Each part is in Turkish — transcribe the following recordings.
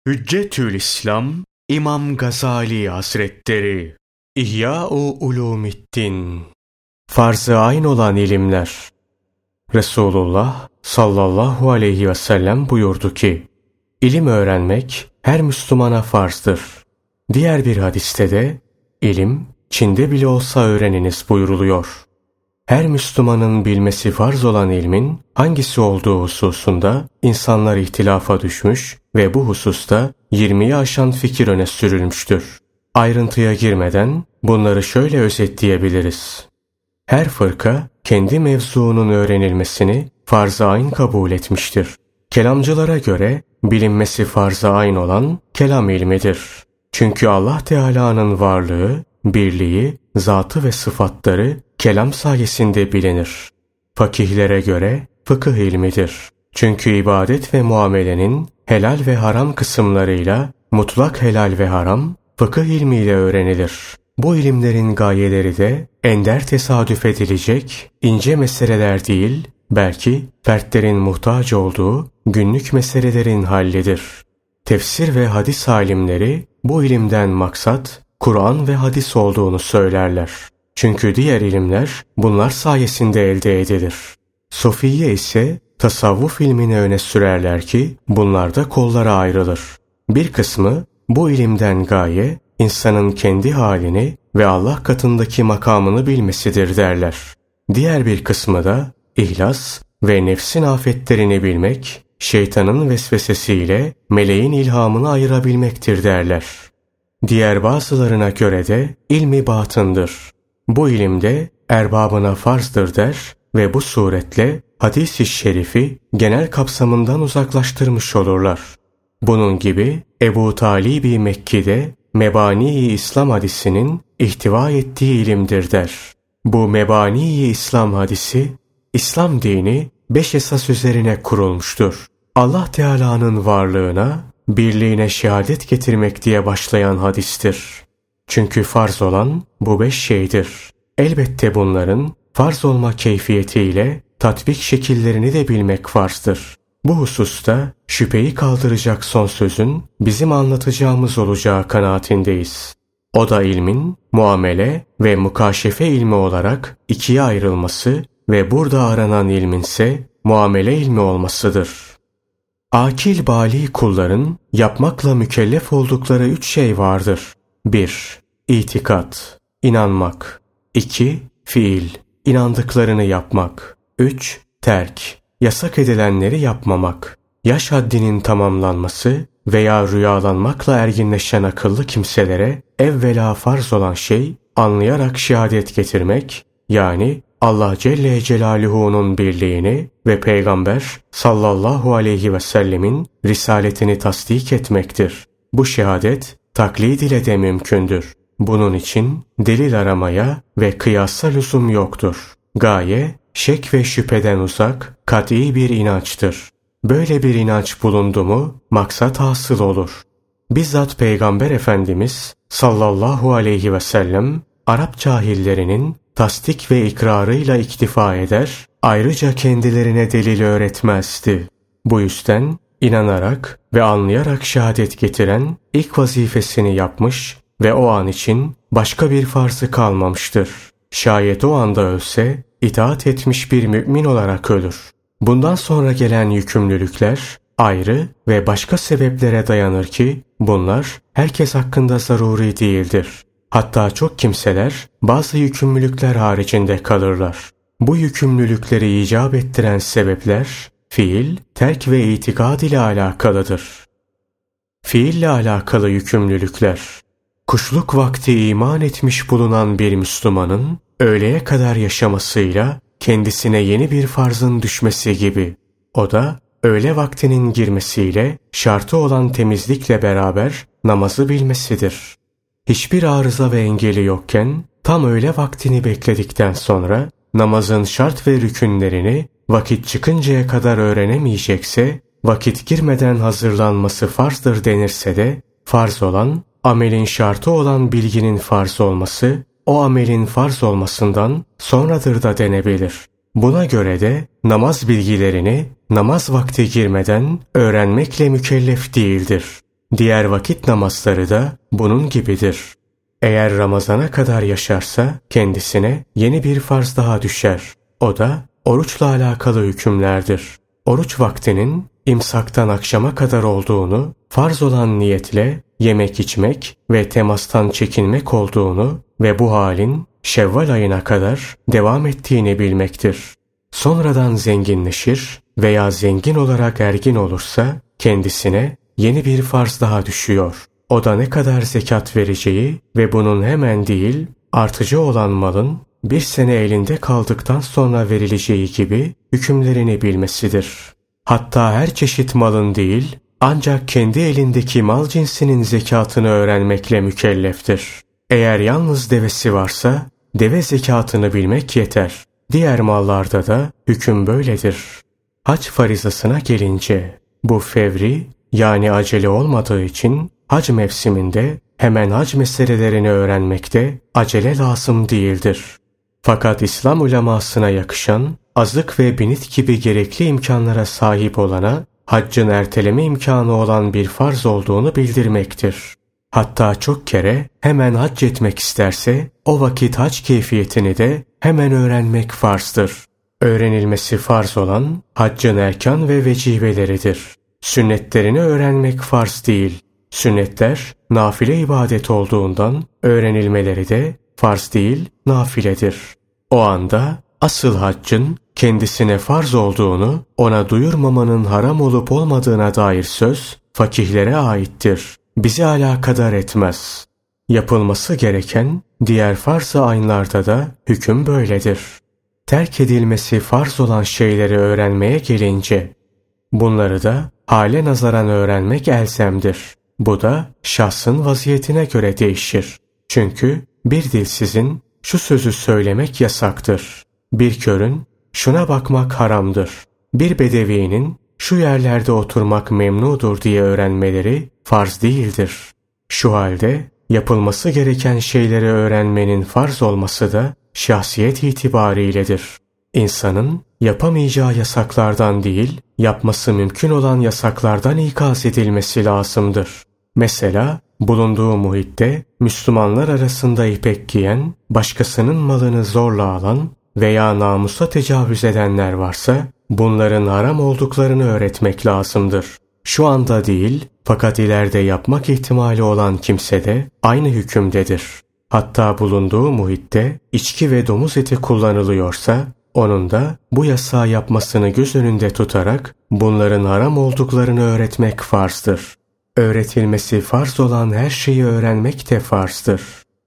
Hüccetül İslam İmam Gazali Hazretleri İhya-u Ulumiddin. Farz-ı ayn olan ilimler. Resulullah sallallahu aleyhi ve sellem buyurdu ki, İlim öğrenmek her Müslümana farzdır. Diğer bir hadiste de, ilim Çin'de bile olsa öğreniniz buyuruluyor. Her Müslümanın bilmesi farz olan ilmin hangisi olduğu hususunda insanlar ihtilafa düşmüş ve bu hususta 20'yi aşan fikir öne sürülmüştür. Ayrıntıya girmeden bunları şöyle özetleyebiliriz. Her fırka kendi mevzuunun öğrenilmesini farz-ı ayn kabul etmiştir. Kelamcılara göre bilinmesi farz-ı ayn olan kelam ilmidir. Çünkü Allah Teala'nın varlığı, birliği, zatı ve sıfatları kelam sayesinde bilinir. Fakihlere göre fıkıh ilmidir. Çünkü ibadet ve muamelenin helal ve haram kısımlarıyla mutlak helal ve haram fıkıh ilmiyle öğrenilir. Bu ilimlerin gayeleri de ender tesadüf edilecek ince meseleler değil, belki fertlerin muhtaç olduğu günlük meselelerin hallidir. Tefsir ve hadis alimleri bu ilimden maksat Kur'an ve hadis olduğunu söylerler. Çünkü diğer ilimler bunlar sayesinde elde edilir. Sofiye ise tasavvuf ilmini öne sürerler ki bunlar da kollara ayrılır. Bir kısmı bu ilimden gaye insanın kendi halini ve Allah katındaki makamını bilmesidir derler. Diğer bir kısmı da ihlas ve nefsin afetlerini bilmek, şeytanın vesvesesiyle meleğin ilhamını ayırabilmektir derler. Diğer bazılarına göre de ilmi batındır. Bu ilimde erbabına farzdır der ve bu suretle hadis-i şerifi genel kapsamından uzaklaştırmış olurlar. Bunun gibi Ebu Talib-i Mekki'de Mebani-i İslam hadisinin ihtiva ettiği ilimdir der. Bu Mebani-i İslam hadisi, İslam dini 5 esas üzerine kurulmuştur. Allah Teala'nın varlığına, birliğine şehadet getirmek diye başlayan hadistir. Çünkü farz olan bu 5 şeydir. Elbette bunların farz olma keyfiyetiyle tatbik şekillerini de bilmek farzdır. Bu hususta şüpheyi kaldıracak son sözün bizim anlatacağımız olacağı kanaatindeyiz. O da ilmin muamele ve mukaşefe ilmi olarak ikiye ayrılması ve burada aranan ilminse muamele ilmi olmasıdır. Akil bâli kulların yapmakla mükellef oldukları 3 şey vardır. 1. İtikat, inanmak. 2. Fiil, inandıklarını yapmak. 3. Terk, yasak edilenleri yapmamak. Yaş haddinin tamamlanması veya rüyalanmakla erginleşen akıllı kimselere evvela farz olan şey anlayarak şehadet getirmek, yani Allah Celle Celaluhu'nun birliğini ve Peygamber sallallahu aleyhi ve sellemin risaletini tasdik etmektir. Bu şehadet taklid ile de mümkündür. Bunun için delil aramaya ve kıyasa lüzum yoktur. Gaye, şek ve şüpheden uzak, kat'i bir inançtır. Böyle bir inanç bulundu mu, maksat hasıl olur. Bizzat Peygamber Efendimiz sallallahu aleyhi ve sellem, Arap cahillerinin tasdik ve ikrarıyla iktifa eder, ayrıca kendilerine delil öğretmezdi. Bu yüzden inanarak ve anlayarak şehadet getiren ilk vazifesini yapmış ve o an için başka bir farzı kalmamıştır. Şayet o anda ölse, itaat etmiş bir mümin olarak ölür. Bundan sonra gelen yükümlülükler ayrı ve başka sebeplere dayanır ki bunlar herkes hakkında zaruri değildir. Hatta çok kimseler bazı yükümlülükler haricinde kalırlar. Bu yükümlülükleri icap ettiren sebepler fiil, terk ve itikad ile alakalıdır. Fiille alakalı yükümlülükler. Kuşluk vakti iman etmiş bulunan bir Müslümanın öğleye kadar yaşamasıyla kendisine yeni bir farzın düşmesi gibi. O da öğle vaktinin girmesiyle şartı olan temizlikle beraber namazı bilmesidir. Hiçbir arıza ve engeli yokken tam öğle vaktini bekledikten sonra namazın şart ve rükünlerini vakit çıkıncaya kadar öğrenemeyecekse, vakit girmeden hazırlanması farzdır denirse de farz olan, amelin şartı olan bilginin farz olması, o amelin farz olmasından sonradır da denebilir. Buna göre de namaz bilgilerini namaz vakti girmeden öğrenmekle mükellef değildir. Diğer vakit namazları da bunun gibidir. Eğer Ramazana kadar yaşarsa kendisine yeni bir farz daha düşer. O da oruçla alakalı hükümlerdir. Oruç vaktinin imsaktan akşama kadar olduğunu, farz olan niyetle yemek içmek ve temastan çekinmek olduğunu ve bu halin Şevval ayına kadar devam ettiğini bilmektir. Sonradan zenginleşir veya zengin olarak ergin olursa kendisine yeni bir farz daha düşüyor. O da ne kadar zekat vereceği ve bunun hemen değil, artıcı olan malın bir sene elinde kaldıktan sonra verileceği gibi hükümlerini bilmesidir. Hatta her çeşit malın değil, ancak kendi elindeki mal cinsinin zekatını öğrenmekle mükelleftir. Eğer yalnız devesi varsa, deve zekatını bilmek yeter. Diğer mallarda da hüküm böyledir. Hac farizasına gelince, bu fevri yani acele olmadığı için hac mevsiminde hemen hac meselelerini öğrenmekte acele lazım değildir. Fakat İslam ulemasına yakışan, azık ve binit gibi gerekli imkanlara sahip olana, haccın erteleme imkanı olan bir farz olduğunu bildirmektir. Hatta çok kere hemen hac etmek isterse, o vakit hac keyfiyetini de hemen öğrenmek farzdır. Öğrenilmesi farz olan, haccın erkan ve vecibeleridir. Sünnetlerini öğrenmek farz değil. Sünnetler, nafile ibadet olduğundan, öğrenilmeleri de farz değil, nafiledir. O anda, asıl haccın kendisine farz olduğunu, ona duyurmamanın haram olup olmadığına dair söz, fakihlere aittir. Bizi alakadar etmez. Yapılması gereken diğer farz-ı aynlarda da hüküm böyledir. Terk edilmesi farz olan şeyleri öğrenmeye gelince, bunları da hale nazaran öğrenmek elzemdir. Bu da şahsın vaziyetine göre değişir. Çünkü bir dilsizin şu sözü söylemek yasaktır. Bir körün şuna bakmak haramdır. Bir bedevinin şu yerlerde oturmak memnudur diye öğrenmeleri farz değildir. Şu halde yapılması gereken şeyleri öğrenmenin farz olması da şahsiyet itibariyledir. İnsanın yapamayacağı yasaklardan değil, yapması mümkün olan yasaklardan ikaz edilmesi lazımdır. Mesela bulunduğu muhitte Müslümanlar arasında ipek giyen, başkasının malını zorla alan veya namusa tecavüz edenler varsa bunların haram olduklarını öğretmek lazımdır. Şu anda değil, fakat ileride yapmak ihtimali olan kimse de aynı hükümdedir. Hatta bulunduğu muhitte içki ve domuz eti kullanılıyorsa, onun da bu yasağı yapmasını göz önünde tutarak bunların haram olduklarını öğretmek farzdır. Öğretilmesi farz olan her şeyi öğrenmek de farzdır.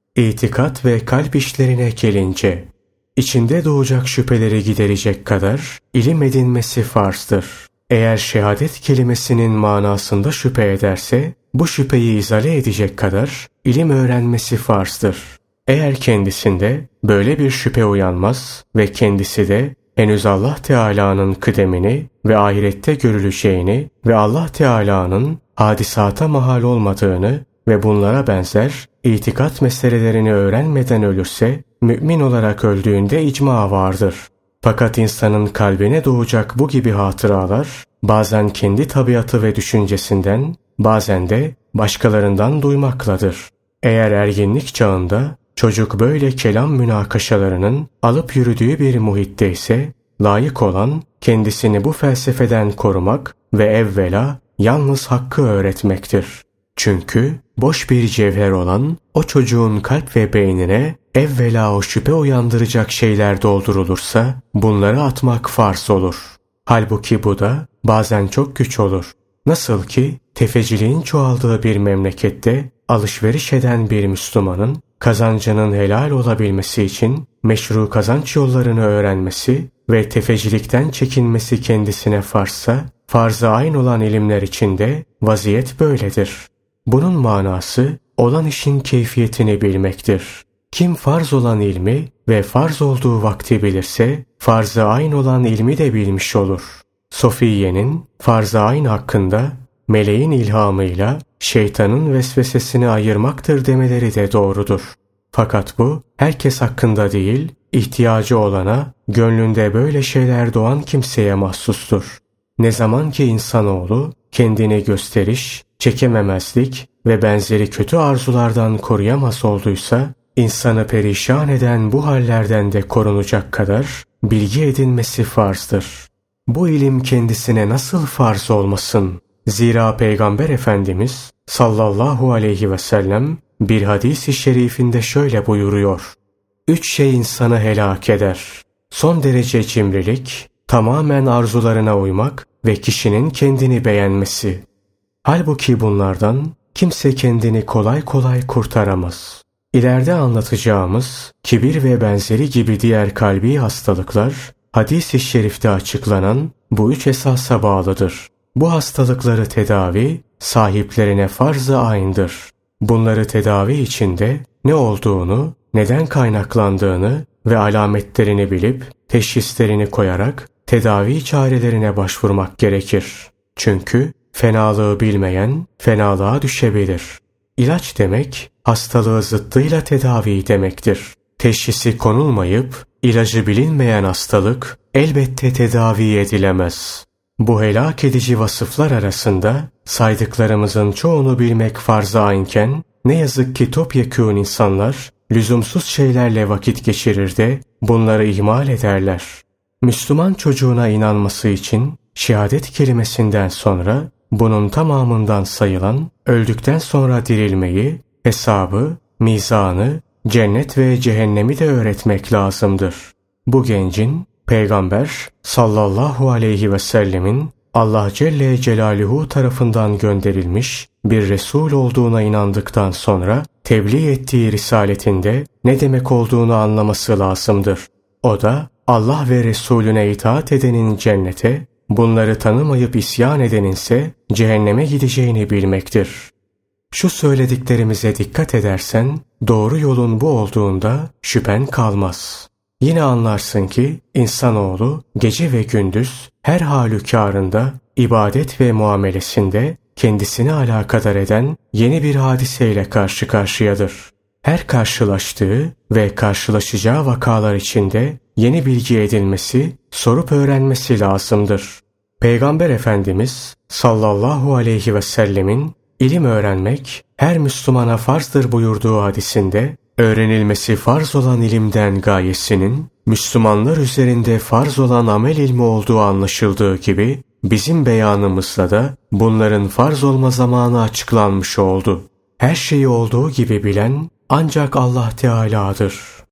İtikat ve kalp işlerine gelince, içinde doğacak şüpheleri giderecek kadar ilim edinmesi farzdır. Eğer şehadet kelimesinin manasında şüphe ederse, bu şüpheyi izale edecek kadar ilim öğrenmesi farzdır. Eğer kendisinde böyle bir şüphe uyanmaz ve kendisi de henüz Allah Teala'nın kıdemini ve ahirette görüleceğini ve Allah Teala'nın hadisata mahal olmadığını ve bunlara benzer itikat meselelerini öğrenmeden ölürse, mümin olarak öldüğünde icma vardır. Fakat insanın kalbine doğacak bu gibi hatıralar, bazen kendi tabiatı ve düşüncesinden, bazen de başkalarından duymakladır. Eğer ergenlik çağında çocuk böyle kelam münakaşalarının alıp yürüdüğü bir muhitte ise, layık olan kendisini bu felsefeden korumak ve evvela yalnız hakkı öğretmektir. Çünkü boş bir cevher olan o çocuğun kalp ve beynine evvela o şüphe uyandıracak şeyler doldurulursa bunları atmak farz olur. Halbuki bu da bazen çok güç olur. Nasıl ki tefeciliğin çoğaldığı bir memlekette alışveriş eden bir Müslümanın kazancının helal olabilmesi için meşru kazanç yollarını öğrenmesi ve tefecilikten çekinmesi kendisine farzsa, farz-ı ayn olan ilimler içinde vaziyet böyledir. Bunun manası olan işin keyfiyetini bilmektir. Kim farz olan ilmi ve farz olduğu vakti bilirse, farz-ı ayn olan ilmi de bilmiş olur. Sofiye'nin farz-ı ayn hakkında meleğin ilhamıyla şeytanın vesvesesini ayırmaktır demeleri de doğrudur. Fakat bu herkes hakkında değil, ihtiyacı olana, gönlünde böyle şeyler doğan kimseye mahsustur. Ne zaman ki insanoğlu kendini gösteriş çekememezlik ve benzeri kötü arzulardan koruyamaz olduysa, insanı perişan eden bu hallerden de korunacak kadar bilgi edinmesi farzdır. Bu ilim kendisine nasıl farz olmasın? Zira Peygamber Efendimiz sallallahu aleyhi ve sellem bir hadis-i şerifinde şöyle buyuruyor: 3 şey insanı helak eder. Son derece cimrilik, tamamen arzularına uymak ve kişinin kendini beğenmesi. Halbuki bunlardan kimse kendini kolay kolay kurtaramaz. İleride anlatacağımız kibir ve benzeri gibi diğer kalbi hastalıklar, hadis-i şerifte açıklanan bu 3 esasa bağlıdır. Bu hastalıkları tedavi sahiplerine farz-ı ayn'dır. Bunları tedavi içinde ne olduğunu, neden kaynaklandığını ve alametlerini bilip teşhislerini koyarak tedavi çarelerine başvurmak gerekir. Çünkü fenalığı bilmeyen fenalığa düşebilir. İlaç demek, hastalığı zıttıyla tedavi demektir. Teşhisi konulmayıp ilacı bilinmeyen hastalık elbette tedavi edilemez. Bu helak edici vasıflar arasında saydıklarımızın çoğunu bilmek farz-ı aynken, ne yazık ki topyekûn insanlar lüzumsuz şeylerle vakit geçirir de bunları ihmal ederler. Müslüman çocuğuna inanması için şehadet kelimesinden sonra bunun tamamından sayılan öldükten sonra dirilmeyi, hesabı, mizanı, cennet ve cehennemi de öğretmek lazımdır. Bu gencin Peygamber sallallahu aleyhi ve sellemin Allah Celle Celaluhu tarafından gönderilmiş bir Resul olduğuna inandıktan sonra tebliğ ettiği risaletinde ne demek olduğunu anlaması lazımdır. O da Allah ve Resulüne itaat edenin cennete, bunları tanımayıp isyan edeninse cehenneme gideceğini bilmektir. Şu söylediklerimize dikkat edersen doğru yolun bu olduğunda şüphen kalmaz. Yine anlarsın ki insanoğlu gece ve gündüz her halükarında, ibadet ve muamelesinde kendisini alakadar eden yeni bir hadiseyle karşı karşıyadır. Her karşılaştığı ve karşılaşacağı vakalar içinde yeni bilgi edilmesi, sorup öğrenmesi lazımdır. Peygamber Efendimiz sallallahu aleyhi ve sellemin ilim öğrenmek her Müslümana farzdır buyurduğu hadisinde, öğrenilmesi farz olan ilimden gayesinin Müslümanlar üzerinde farz olan amel ilmi olduğu anlaşıldığı gibi, bizim beyanımızla da bunların farz olma zamanı açıklanmış oldu. Her şeyi olduğu gibi bilen ancak Allah Teala'dır.